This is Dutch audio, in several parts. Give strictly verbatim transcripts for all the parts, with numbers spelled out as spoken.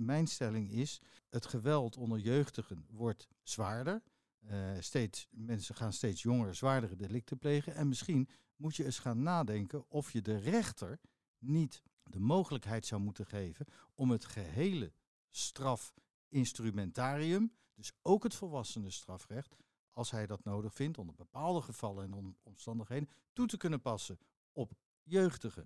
mijn stelling is, het geweld onder jeugdigen wordt zwaarder. Uh, steeds, mensen gaan steeds jonger, zwaardere delicten plegen. En misschien moet je eens gaan nadenken of je de rechter niet de mogelijkheid zou moeten geven om het gehele strafinstrumentarium, dus ook het volwassenenstrafrecht, als hij dat nodig vindt, onder bepaalde gevallen en om, omstandigheden, toe te kunnen passen op jeugdigen.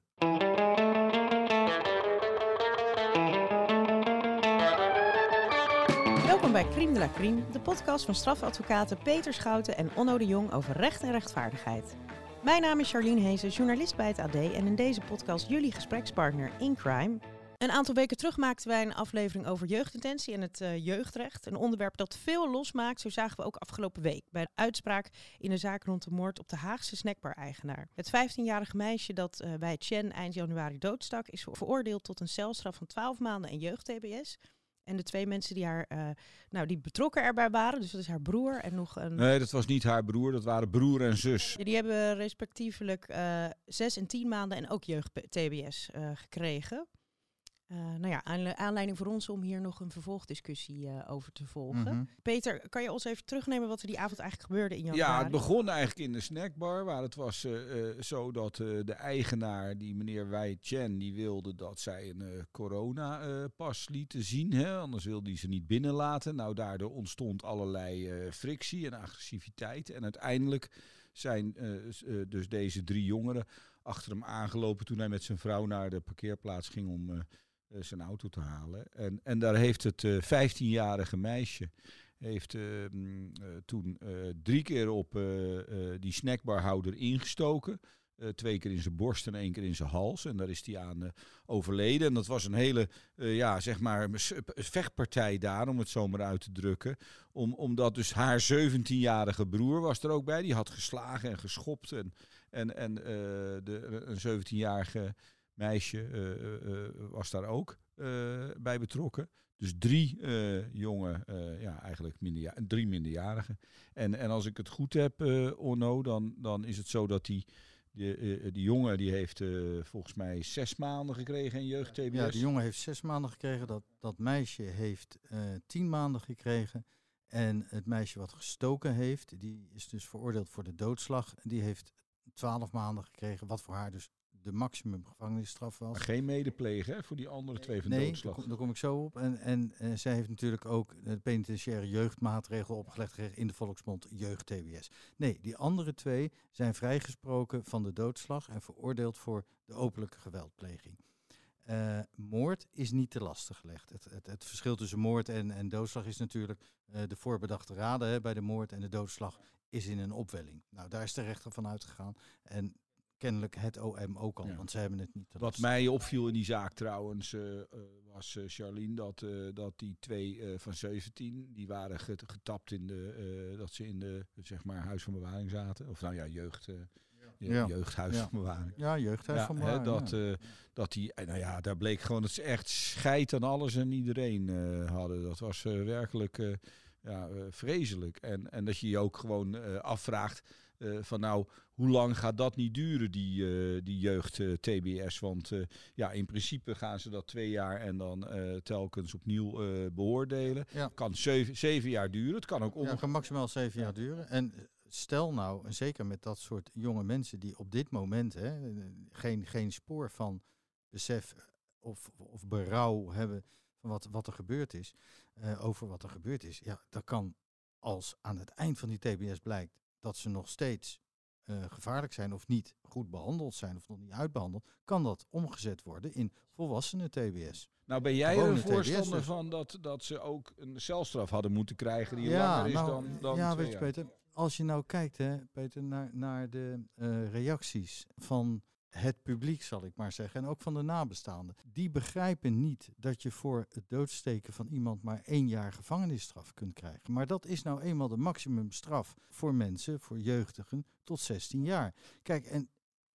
Welkom bij Crime de la Crime, de podcast van strafadvocaten Peter Schouten en Onno de Jong over recht en rechtvaardigheid. Mijn naam is Charlene Hezen, journalist bij het A D en in deze podcast jullie gesprekspartner in crime. Een aantal weken terug maakten wij een aflevering over jeugddetentie en het uh, jeugdrecht. Een onderwerp dat veel losmaakt, zo zagen we ook afgelopen week bij de uitspraak in de zaak rond de moord op de Haagse snackbar-eigenaar. Het vijftienjarige meisje dat uh, bij Chen eind januari doodstak is veroordeeld tot een celstraf van twaalf maanden en jeugd-T B S. En de twee mensen die haar, uh, nou, die betrokken erbij waren, dus dat is haar broer en nog een... Nee, dat was niet haar broer, dat waren broer en zus. Die hebben respectievelijk uh, zes en tien maanden en ook jeugd-T B S uh, gekregen. Uh, nou ja, aanleiding voor ons om hier nog een vervolgdiscussie uh, over te volgen. Mm-hmm. Peter, kan je ons even terugnemen wat er die avond eigenlijk gebeurde in januari? Ja, het begon eigenlijk in de snackbar, waar het was uh, uh, zo dat uh, de eigenaar, die meneer Wei Chen, die wilde dat zij een uh, corona-pas uh, lieten zien. Hè? Anders wilde hij ze niet binnenlaten. Nou, daardoor ontstond allerlei uh, frictie en agressiviteit. En uiteindelijk zijn uh, uh, dus deze drie jongeren achter hem aangelopen toen hij met zijn vrouw naar de parkeerplaats ging om Uh, zijn auto te halen. En, en daar heeft het uh, vijftienjarige meisje heeft uh, uh, toen uh, drie keer op uh, uh, die snackbarhouder ingestoken. Uh, twee keer in zijn borst en één keer in zijn hals. En daar is hij aan uh, overleden. En dat was een hele, uh, ja, zeg maar, vechtpartij daar, om het zo maar uit te drukken. Om, omdat dus haar zeventienjarige broer was er ook bij. Die had geslagen en geschopt. En, en, en uh, de, een zeventienjarige meisje uh, uh, was daar ook uh, bij betrokken. Dus drie uh, jonge, uh, ja, eigenlijk minderja- drie minderjarigen. En, en als ik het goed heb, uh, Onno, dan, dan is het zo dat die, die, uh, die jongen die heeft uh, volgens mij zes maanden gekregen in jeugd-T B S. Ja, die jongen heeft zes maanden gekregen. Dat, dat meisje heeft uh, tien maanden gekregen. En het meisje wat gestoken heeft, die is dus veroordeeld voor de doodslag. Die heeft twaalf maanden gekregen, wat voor haar dus de maximum gevangenisstraf was. Maar geen medeplegen, hè, voor die andere twee van nee, doodslag. Nee, daar kom ik zo op. En, en uh, zij heeft natuurlijk ook de penitentiaire jeugdmaatregel opgelegd gekregen in de volksmond jeugd-T B S. Nee, die andere twee zijn vrijgesproken van de doodslag en veroordeeld voor de openlijke geweldpleging. Uh, moord is niet te lastig gelegd. Het, het, het verschil tussen moord en, en doodslag is natuurlijk uh, de voorbedachte raden hè, bij de moord en de doodslag is in een opwelling. Nou, daar is de rechter van uitgegaan en kennelijk het O M ook al, ja. Want ze hebben het niet te Wat mij opviel in die zaak trouwens uh, uh, was, uh, Charlene, dat, uh, dat die twee uh, van zeventien, die waren getapt in de, uh, dat ze in de, zeg maar, huis van bewaring zaten. Of nou ja, jeugd, uh, ja. Ja, jeugdhuis ja. van bewaring. Ja, jeugdhuis ja, van bewaring. Hè, dat, ja. uh, dat die, nou ja, daar bleek gewoon dat ze echt scheid aan alles en iedereen uh, hadden. Dat was uh, werkelijk uh, ja, uh, vreselijk. En, en dat je je ook gewoon uh, afvraagt uh, van nou, hoe lang gaat dat niet duren, die, uh, die jeugd-T B S? Want uh, ja, in principe gaan ze dat twee jaar en dan uh, telkens opnieuw uh, beoordelen. Ja. Kan zeven, zeven jaar duren. Het kan ook om... Ja, kan maximaal zeven jaar duren. En stel nou, en zeker met dat soort jonge mensen die op dit moment hè, geen, geen spoor van besef of, of berouw hebben van wat, wat er gebeurd is, uh, over wat er gebeurd is. Ja, dat kan als aan het eind van die T B S blijkt dat ze nog steeds uh, gevaarlijk zijn of niet goed behandeld zijn of nog niet uitbehandeld, kan dat omgezet worden in volwassenen T B S. Nou, ben jij Gewone er een voorstander T B S, van dat, dat ze ook een celstraf hadden moeten krijgen die ja, langer is nou, dan, dan ja, twee weet je, jaar? Peter, als je nou kijkt, hè, Peter, naar, naar de uh, reacties van het publiek, zal ik maar zeggen, en ook van de nabestaanden. Die begrijpen niet dat je voor het doodsteken van iemand maar één jaar gevangenisstraf kunt krijgen. Maar dat is nou eenmaal de maximumstraf voor mensen, voor jeugdigen, tot zestien jaar. Kijk, en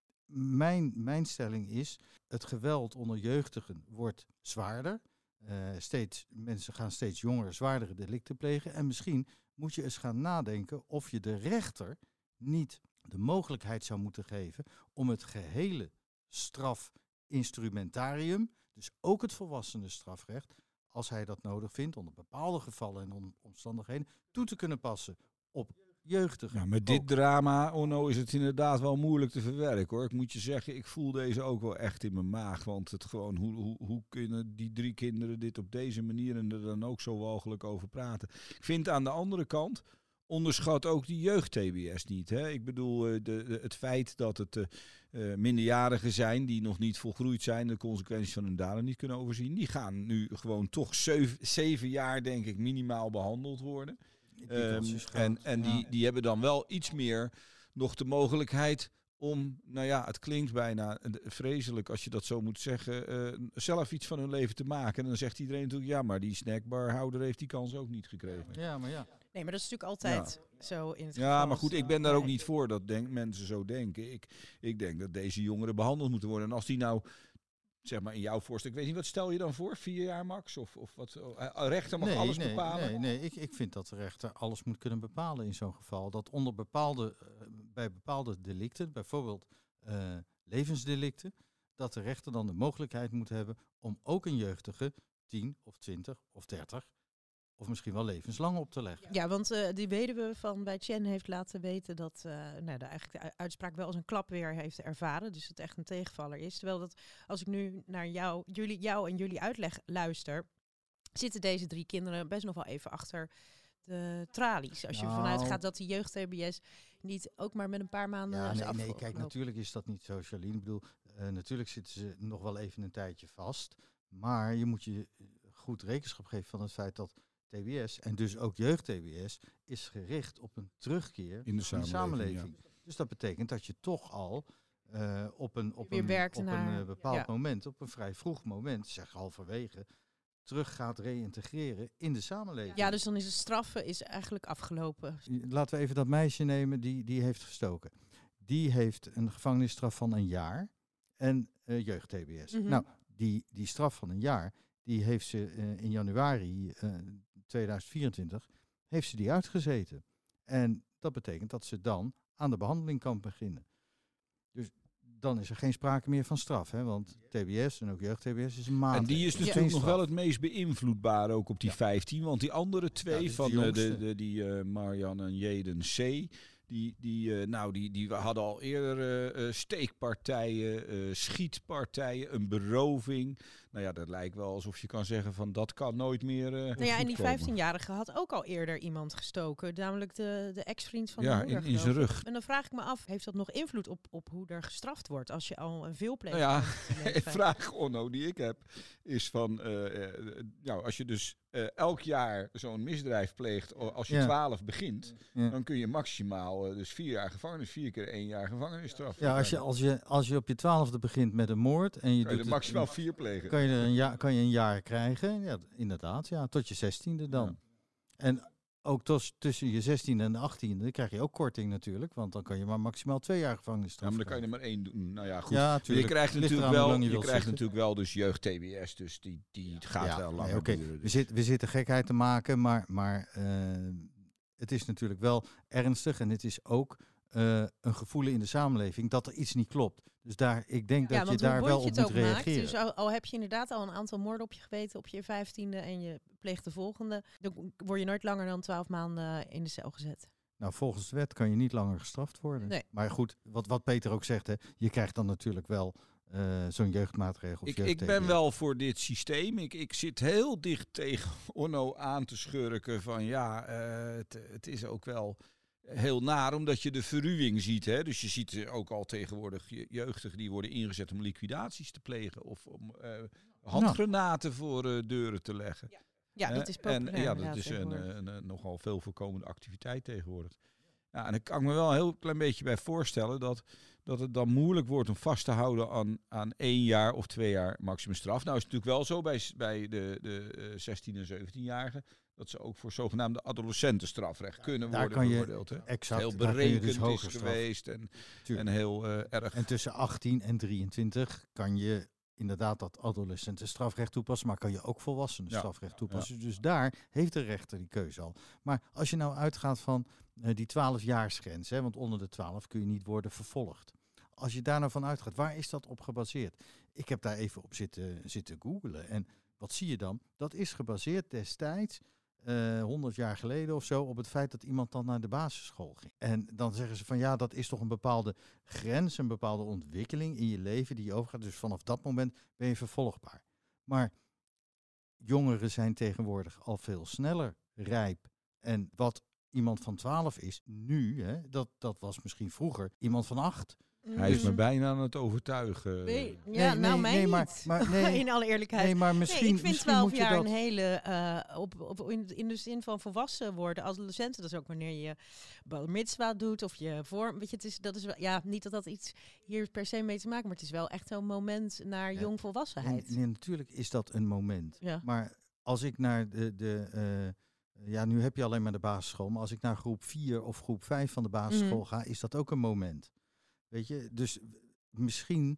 mijn, mijn stelling is, het geweld onder jeugdigen wordt zwaarder. Uh, steeds, mensen gaan steeds jonger, zwaardere delicten plegen. En misschien moet je eens gaan nadenken of je de rechter niet de mogelijkheid zou moeten geven om het gehele strafinstrumentarium, dus ook het volwassenenstrafrecht, als hij dat nodig vindt, onder bepaalde gevallen en om, omstandigheden, toe te kunnen passen op jeugdigen. Ja, met dit drama, Onno, is het inderdaad wel moeilijk te verwerken, hoor. Ik moet je zeggen, ik voel deze ook wel echt in mijn maag. Want het gewoon, hoe, hoe, hoe kunnen die drie kinderen dit op deze manier en er dan ook zo walgelijk over praten? Ik vind aan de andere kant, onderschat ook die jeugd-T B S niet. Hè? Ik bedoel, de, de, het feit dat het uh, uh, minderjarigen zijn die nog niet volgroeid zijn, de consequenties van hun daden niet kunnen overzien, die gaan nu gewoon toch zeven, zeven jaar, denk ik, minimaal behandeld worden. Um, en en ja. die, die hebben dan wel iets meer nog de mogelijkheid om, nou ja, het klinkt bijna vreselijk als je dat zo moet zeggen, uh, zelf iets van hun leven te maken. En dan zegt iedereen natuurlijk, ja, maar die snackbarhouder heeft die kans ook niet gekregen. Ja, maar ja. Nee, maar dat is natuurlijk altijd ja. zo in het Ja, geval. maar goed, ik ben daar ook niet voor dat denk, mensen zo denken. Ik, ik denk dat deze jongeren behandeld moeten worden. En als die nou, zeg maar in jouw voorstel, ik weet niet, wat stel je dan voor? Vier jaar max? Of, of wat? Rechter mag nee, alles nee, bepalen? Nee, nee. Ik, ik vind dat de rechter alles moet kunnen bepalen in zo'n geval. Dat onder bepaalde, uh, bij bepaalde delicten, bijvoorbeeld uh, levensdelicten, dat de rechter dan de mogelijkheid moet hebben om ook een jeugdige tien of twintig of dertig of misschien wel levenslang op te leggen. Ja, want uh, die weduwe van bij Chen heeft laten weten dat uh, nou, de, eigenlijk de uitspraak wel als een klap weer heeft ervaren. Dus het echt een tegenvaller is. Terwijl dat, als ik nu naar jou, jullie, jou en jullie uitleg luister, zitten deze drie kinderen best nog wel even achter de tralies. Als je nou, ervan uitgaat dat die jeugd-T B S niet ook maar met een paar maanden ja, is nee, afgelopen. nee, kijk, natuurlijk is dat niet zo, Charlene. Ik bedoel, uh, natuurlijk zitten ze nog wel even een tijdje vast. Maar je moet je goed rekenschap geven van het feit dat T B S en dus ook jeugd-T B S is gericht op een terugkeer in de samenleving. In de samenleving. Ja. Dus dat betekent dat je toch al uh, op een, op Weer een, op naar, een uh, bepaald ja. moment, op een vrij vroeg moment, zeg halverwege, terug gaat reïntegreren in de samenleving. Ja, dus dan is het straffen is eigenlijk afgelopen. Laten we even dat meisje nemen die, die heeft gestoken. Die heeft een gevangenisstraf van een jaar en uh, jeugd-T B S. Mm-hmm. Nou, die, die straf van een jaar, die heeft ze uh, in januari uh, tweeduizend vierentwintig, heeft ze die uitgezeten. En dat betekent dat ze dan aan de behandeling kan beginnen. Dus dan is er geen sprake meer van straf, hè? Want T B S en ook jeugd-T B S is een maat. En die is natuurlijk ja. nog wel het meest beïnvloedbaar ook op die ja. vijftien. Want die andere twee ja, van de, de, de, die uh, Marjan en Jeden C, die, die, uh, nou, die, die hadden al eerder uh, steekpartijen, uh, schietpartijen, een beroving. Nou ja, dat lijkt wel alsof je kan zeggen van dat kan nooit meer uh, nou ja, en die vijftienjarige had ook al eerder iemand gestoken. Namelijk de, de ex-vriend van ja, de moeder. in, in zijn rug. En dan vraag ik me af, heeft dat nog invloed op, op hoe er gestraft wordt als je al een veelpleger nou hebt? Ja, een vraag, Onno, die ik heb, is van, uh, uh, nou, als je dus uh, elk jaar zo'n misdrijf pleegt, als je twaalf ja. begint, ja. dan kun je maximaal uh, dus vier jaar gevangenis, vier keer één jaar gevangenisstraf. Ja, als je, als je, als je op je twaalfde begint met een moord en je kan je doet er maximaal het, vier plegen. Kan je, er een jaar, kan je een jaar krijgen, ja, inderdaad, ja, tot je zestiende dan. Ja. En ook tos, tussen je zestiende en achttiende krijg je ook korting natuurlijk, want dan kan je maar maximaal twee jaar gevangenisstraf. Ja, maar dan kan je er maar één doen. Nou ja, goed. Ja, tuurlijk. Je krijgt natuurlijk wel, je, je krijgt natuurlijk wel dus jeugd-T B S, dus die, die gaat ja, wel langer nee, okay. duren. Dus. We, zit, we zitten gekheid te maken, maar, maar uh, het is natuurlijk wel ernstig en het is ook uh, een gevoel in de samenleving dat er iets niet klopt. Dus daar, ik denk ja, dat je daar wel op moet reageren. Maakt, dus al, al heb je inderdaad al een aantal moorden op je geweten op je vijftiende en je pleegt de volgende, dan word je nooit langer dan twaalf maanden in de cel gezet. Nou, volgens de wet kan je niet langer gestraft worden. Nee. Maar goed, wat, wat Peter ook zegt, hè, je krijgt dan natuurlijk wel uh, zo'n jeugdmaatregel. Ik, ik ben wel voor dit systeem. Ik, ik zit heel dicht tegen Onno aan te schurken van ja, uh, het, het is ook wel heel naar, omdat je de verruwing ziet. Hè? Dus je ziet ook al tegenwoordig jeugdigen die worden ingezet om liquidaties te plegen of om uh, handgranaten nou. voor uh, deuren te leggen. Ja. Ja, dat is populair. En ja, dat is een, een, een, een nogal veel voorkomende activiteit tegenwoordig. Ja, en ik kan me wel een heel klein beetje bij voorstellen dat, dat het dan moeilijk wordt om vast te houden aan, aan één jaar of twee jaar maximumstraf. Nou is het natuurlijk wel zo bij, bij de, de uh, zestien- en zeventienjarigen dat ze ook voor zogenaamde adolescentenstrafrecht kunnen Daar worden kan beoordeeld. Je, hè? exact, heel berekend dus is geweest en, en heel uh, erg. En tussen achttien en drieëntwintig kan je inderdaad dat adolescenten strafrecht toepassen, maar kan je ook volwassenen ja. strafrecht toepassen. Ja. Dus daar heeft de rechter die keuze al. Maar als je nou uitgaat van uh, die twaalfjaarsgrens, hè, want onder de twaalf kun je niet worden vervolgd. Als je daar nou van uitgaat, waar is dat op gebaseerd? Ik heb daar even op zitten, zitten googlen en wat zie je dan? Dat is gebaseerd destijds, uh, honderd jaar geleden of zo, op het feit dat iemand dan naar de basisschool ging. En dan zeggen ze van ja, dat is toch een bepaalde grens, een bepaalde ontwikkeling in je leven die je overgaat. Dus vanaf dat moment ben je vervolgbaar. Maar jongeren zijn tegenwoordig al veel sneller rijp. En wat iemand van twaalf is nu, hè, dat, dat was misschien vroeger iemand van acht. Hij is me bijna aan het overtuigen. Nee, ja, nee, nou nee, mij nee, niet. Maar, maar, nee, in alle eerlijkheid. Nee, maar misschien, nee, ik vind misschien twaalf moet je jaar dat... een hele, uh, op, op, in, in de zin van volwassen worden, adolescenten, dat is ook wanneer je bar mitzwa doet of je vorm, weet je, het is, dat is wel, ja, niet dat dat iets hier per se mee te maken, maar het is wel echt zo'n moment naar ja, jongvolwassenheid. Nee, nee, natuurlijk is dat een moment. Ja. Maar als ik naar de, de uh, ja, nu heb je alleen maar de basisschool, maar als ik naar groep vier of groep vijf van de basisschool mm. ga, is dat ook een moment. Weet je, dus misschien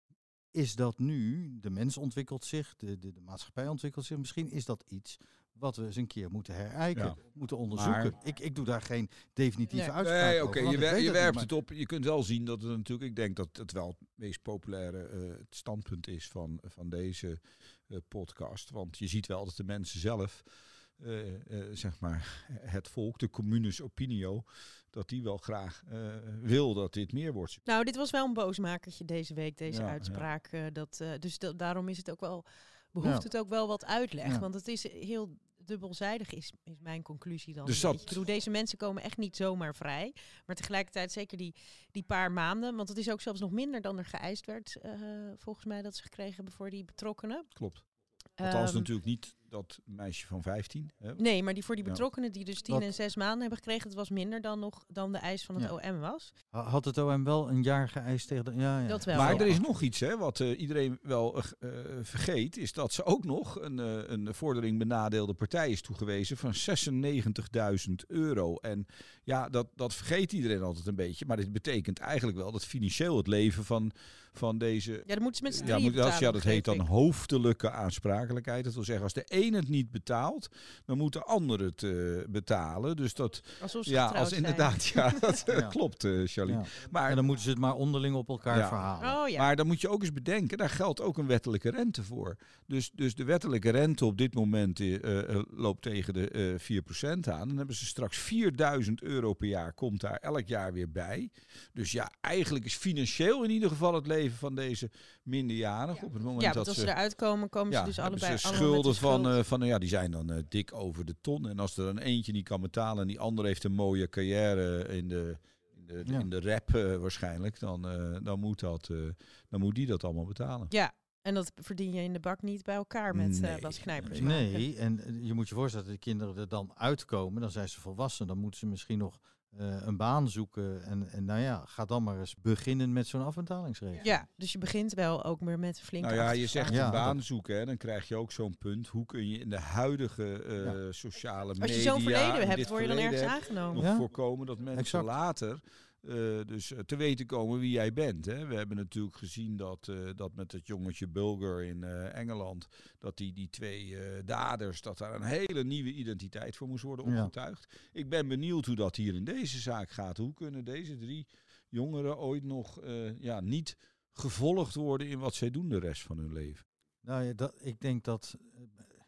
is dat nu, de mens ontwikkelt zich, de, de, de maatschappij ontwikkelt zich, misschien is dat iets wat we eens een keer moeten herijken, ja. moeten onderzoeken. Maar, ik, ik doe daar geen definitieve nee. uitspraak nee, oké, over. Je, wer, je werpt niet, het op. Je kunt wel zien dat het natuurlijk, ik denk dat het wel het meest populaire uh, het standpunt is van, van deze uh, podcast. Want je ziet wel dat de mensen zelf, uh, uh, zeg maar, het volk, de communis opinio, dat die wel graag uh, wil dat dit meer wordt. Nou, dit was wel een boosmakertje deze week, deze ja, uitspraak. Ja. Uh, dat, uh, dus da- daarom is het ook wel, behoeft ja. het ook wel wat uitleg. Ja. Want het is heel dubbelzijdig, is, is mijn conclusie dan. Dus dat... Ik bedoel, deze mensen komen echt niet zomaar vrij. Maar tegelijkertijd zeker die, die paar maanden. Want het is ook zelfs nog minder dan er geëist werd, uh, volgens mij, dat ze gekregen hebben voor die betrokkenen. Klopt. Althans um, natuurlijk niet dat meisje van vijftien. Hè? Nee, maar die voor die betrokkenen die dus tien Wat? en zes maanden hebben gekregen, het was minder dan nog dan de eis van het ja. O M was. Had het O M wel een jaar geëist tegen de... Ja, ja. Dat wel. Maar er is nog iets, hè, wat uh, iedereen wel uh, vergeet, is dat ze ook nog een, uh, een vordering benadeelde partij is toegewezen van zesennegentigduizend euro. En ja, dat, dat vergeet iedereen altijd een beetje. Maar dit betekent eigenlijk wel dat financieel het leven van, van deze... Ja, dan moeten ze met z'n ja, drieën moet, betalen. Ja, dat heet dan ik. hoofdelijke aansprakelijkheid. Dat wil zeggen, als de een het niet betaalt, dan moet de ander het uh, betalen. Dus dat... Ja, als inderdaad, ja, dat ja. klopt, uh, Charlie. Ja. Maar en dan moeten ze het maar onderling op elkaar ja. verhalen. Oh, ja. Maar dan moet je ook eens bedenken, daar geldt ook een wettelijke rente voor. Dus, dus de wettelijke rente op dit moment uh, uh, loopt tegen de uh, vier procent aan. Dan hebben ze straks vierduizend euro per jaar, komt daar elk jaar weer bij. Dus ja, eigenlijk is financieel in ieder geval het leven van deze minderjarigen. Ja. Op het moment ja, dat als ze ze eruit komen, komen ja, ze dus allebei ze allemaal schulden met de schuld. van, uh, van uh, ja, die zijn dan uh, dik over de ton. En als er dan eentje niet kan betalen en die ander heeft een mooie carrière in de, in de, ja. in de rap uh, waarschijnlijk, dan, uh, dan, moet dat, uh, dan moet die dat allemaal betalen. Ja, en dat verdien je in de bak niet bij elkaar met nee, uh, Bas Knijpers. Nee, nee, en je moet je voorstellen dat de kinderen er dan uitkomen, dan zijn ze volwassen, dan moeten ze misschien nog uh, een baan zoeken. En, en nou ja, ga dan maar eens beginnen met zo'n afbetalingsregeling. Ja, dus je begint wel ook weer met flinke Nou ja, je zegt ja, een baan dat... zoeken, hè, dan krijg je ook zo'n punt. Hoe kun je in de huidige uh, ja. sociale media... Als je zo'n verleden hebt, word je dan ergens aangenomen. Nog ja? voorkomen dat mensen exact. later... Uh, dus uh, te weten komen wie jij bent. Hè. We hebben natuurlijk gezien dat, uh, dat met het jongetje Bulger in uh, Engeland, dat die, die twee uh, daders, dat daar een hele nieuwe identiteit voor moest worden opgetuigd. Ja. Ik ben benieuwd hoe dat hier in deze zaak gaat. Hoe kunnen deze drie jongeren ooit nog uh, ja, niet gevolgd worden in wat zij doen de rest van hun leven? Nou ja, dat, ik denk dat... Uh,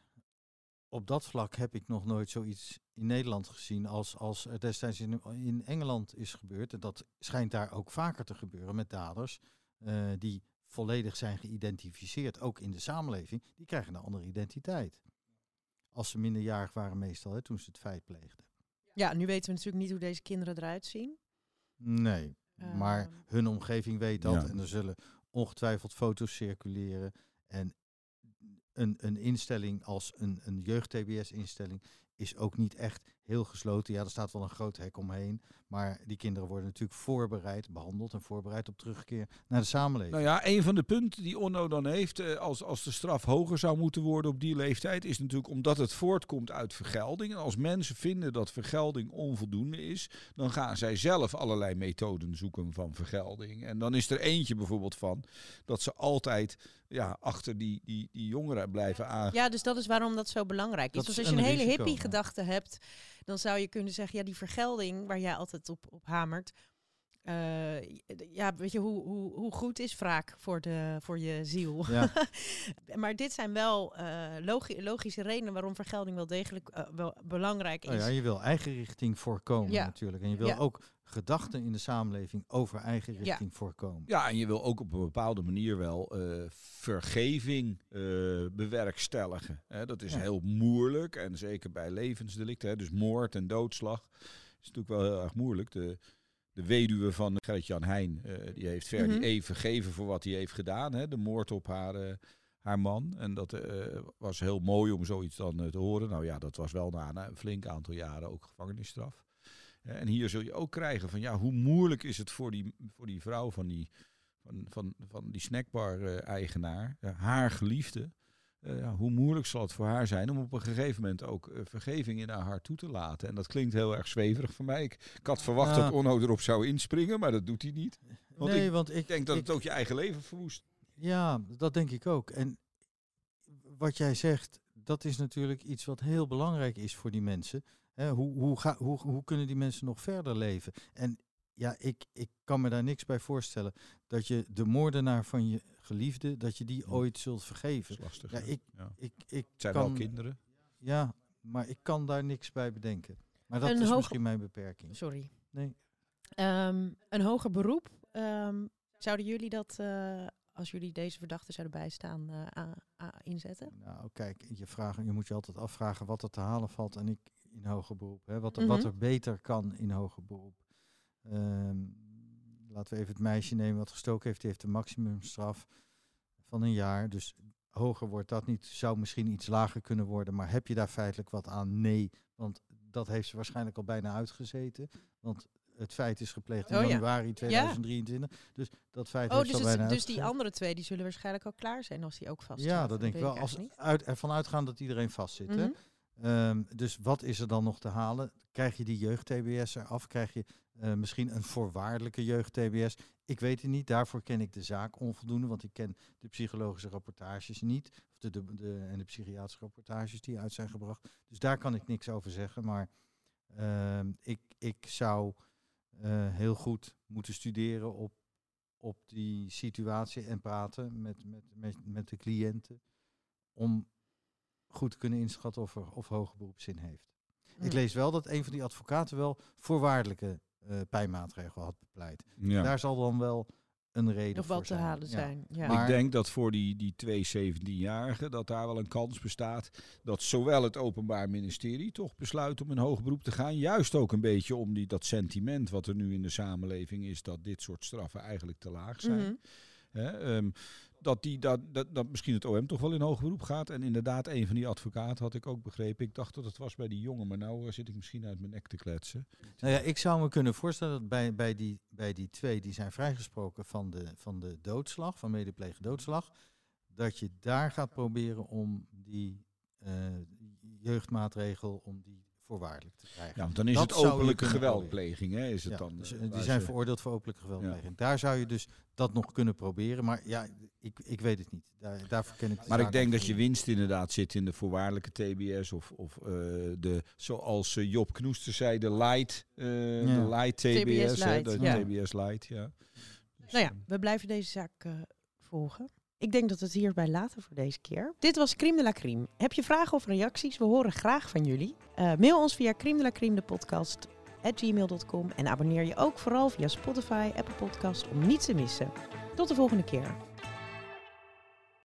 op dat vlak heb ik nog nooit zoiets in Nederland gezien als, als er destijds in, in Engeland is gebeurd. En dat schijnt daar ook vaker te gebeuren met daders uh, die volledig zijn geïdentificeerd, ook in de samenleving. Die krijgen een andere identiteit. Als ze minderjarig waren meestal, hè, toen ze het feit pleegden. Ja, nu weten we natuurlijk niet hoe deze kinderen eruit zien. Nee, uh, maar hun omgeving weet dat. Ja. En er zullen ongetwijfeld foto's circuleren. En Een, een instelling als een, een jeugd-T B S-instelling is ook niet echt heel gesloten. Ja, er staat wel een groot hek omheen. Maar die kinderen worden natuurlijk voorbereid, behandeld en voorbereid op terugkeer naar de samenleving. Nou ja, een van de punten die Onno dan heeft, eh, als, als de straf hoger zou moeten worden op die leeftijd, is natuurlijk omdat het voortkomt uit vergelding. En als mensen vinden dat vergelding onvoldoende is, dan gaan zij zelf allerlei methoden zoeken van vergelding. En dan is er eentje bijvoorbeeld van dat ze altijd ja, achter die, die, die jongeren blijven aan. Ja, dus dat is waarom dat zo belangrijk is. Dat dus is als je een, een hele risico, hippie-gedachte ja. hebt, dan zou je kunnen zeggen, ja, die vergelding waar jij altijd op, op hamert, Uh, ja, weet je, hoe, hoe, hoe goed is wraak voor, de, voor je ziel? Ja. Maar dit zijn wel uh, logi- logische redenen waarom vergelding wel degelijk uh, wel belangrijk is. Oh ja, je wil eigenrichting voorkomen ja. natuurlijk. En je wil ja. ook gedachten in de samenleving over eigenrichting ja. voorkomen. Ja, en je wil ook op een bepaalde manier wel uh, vergeving uh, bewerkstelligen. Hè, dat is ja. heel moeilijk. En zeker bij levensdelicten, hè, dus moord en doodslag, is natuurlijk wel heel erg moeilijk. De, de weduwe van Gerrit-Jan Heijn, uh, die heeft Ferdy mm-hmm. even vergeven voor wat hij heeft gedaan. Hè, de moord op haar, uh, haar man. En dat uh, was heel mooi om zoiets dan uh, te horen. Nou ja, dat was wel na een flink aantal jaren ook gevangenisstraf. En hier zul je ook krijgen van ja, hoe moeilijk is het voor die, voor die vrouw van die, van, van, van die snackbar-eigenaar, uh, haar geliefde. Uh, ja, hoe moeilijk zal het voor haar zijn om op een gegeven moment ook uh, vergeving in haar hart toe te laten. En dat klinkt heel erg zweverig voor mij. Ik, ik had verwacht uh, dat Onno erop zou inspringen, maar dat doet hij niet. Want nee, ik want ik denk dat ik, het ook je eigen leven verwoest. Ja, dat denk ik ook. En wat jij zegt, dat is natuurlijk iets wat heel belangrijk is voor die mensen. He, hoe, hoe, ga, hoe, hoe kunnen die mensen nog verder leven? En ja, ik, ik kan me daar niks bij voorstellen dat je de moordenaar van je geliefde, dat je die ja. ooit zult vergeven. Dat is lastig. Ja, ik, ja. ik, ik het zijn kan, wel kinderen. Ja, maar ik kan daar niks bij bedenken. Maar dat een is hoger, misschien mijn beperking. Sorry. Nee. Um, een hoger beroep. Um, zouden jullie dat, uh, als jullie deze verdachten zouden bijstaan, uh, uh, uh, inzetten? Nou, kijk, je, vragen, je moet je altijd afvragen wat er te halen valt en ik in hoger beroep. Hè, wat, er, mm-hmm. wat er beter kan in hoger beroep. Um, laten we even het meisje nemen wat gestoken heeft. Die heeft een maximumstraf van een jaar. Dus hoger wordt dat niet. Zou misschien iets lager kunnen worden. Maar heb je daar feitelijk wat aan? Nee. Want dat heeft ze waarschijnlijk al bijna uitgezeten. Want het feit is gepleegd in oh, januari ja. tweeduizend drieëntwintig. Ja. Dus dat feit oh, heeft dus ze al bijna het, uitgezeten. Dus die andere twee die zullen waarschijnlijk al klaar zijn als die ook vast Ja, dat denk ik wel. Als uit, ervan uitgaan dat iedereen vastzit. Mm-hmm. Hè? Um, dus wat is er dan nog te halen? Krijg je die jeugd-T B S eraf? Krijg je uh, misschien een voorwaardelijke jeugd-T B S? Ik weet het niet. Daarvoor ken ik de zaak onvoldoende. Want ik ken de psychologische rapportages niet. Of de, de, de, en de psychiatrische rapportages die uit zijn gebracht. Dus daar kan ik niks over zeggen. Maar uh, ik, ik zou uh, heel goed moeten studeren op, op die situatie. En praten met, met, met, met de cliënten. Om goed te kunnen inschatten of er of hoger beroepszin heeft. Mm. Ik lees wel dat een van die advocaten wel voorwaardelijke uh, pijnmaatregel had bepleit. Ja. Daar zal dan wel een reden nog voor wat te zijn. halen ja. zijn. Ja. Maar ik denk dat voor die, die twee zeventienjarigen dat daar wel een kans bestaat dat zowel het Openbaar Ministerie toch besluit om in hoger beroep te gaan, juist ook een beetje om die, dat sentiment wat er nu in de samenleving is, dat dit soort straffen eigenlijk te laag zijn. Mm-hmm. He, um, dat, die, dat, dat, dat misschien het O M toch wel in hoger beroep gaat. En inderdaad, een van die advocaten had ik ook begrepen. Ik dacht dat het was bij die jongen, maar nou zit ik misschien uit mijn nek te kletsen. Nou ja, ik zou me kunnen voorstellen dat bij, bij, die, bij die twee die zijn vrijgesproken van de, van de doodslag, van medeplegen doodslag, dat je daar gaat proberen om die uh, jeugdmaatregel, om die voorwaardelijk te krijgen. Ja, want dan is dat het openlijke geweldpleging, hè? Is het ja, dan? Dus, uh, die zijn veroordeeld voor openlijke geweldpleging. Ja. Daar zou je dus dat nog kunnen proberen, maar ja, ik, ik weet het niet. Daar, daarvoor ken ik. Maar ik denk dat je winst inderdaad zit in de voorwaardelijke T B S of, of uh, de, zoals uh, Job Knoester zei, de light, uh, ja. de light T B S, T B S light, hè, de ja. T B S light, ja. Dus, nou ja, we blijven deze zaak uh, volgen. Ik denk dat we het hierbij laten voor deze keer. Dit was Crime de la Crime. Heb je vragen of reacties? We horen graag van jullie. Uh, mail ons via crime de la crime de podcast at gmail dot com en abonneer je ook vooral via Spotify, Apple Podcast om niets te missen. Tot de volgende keer.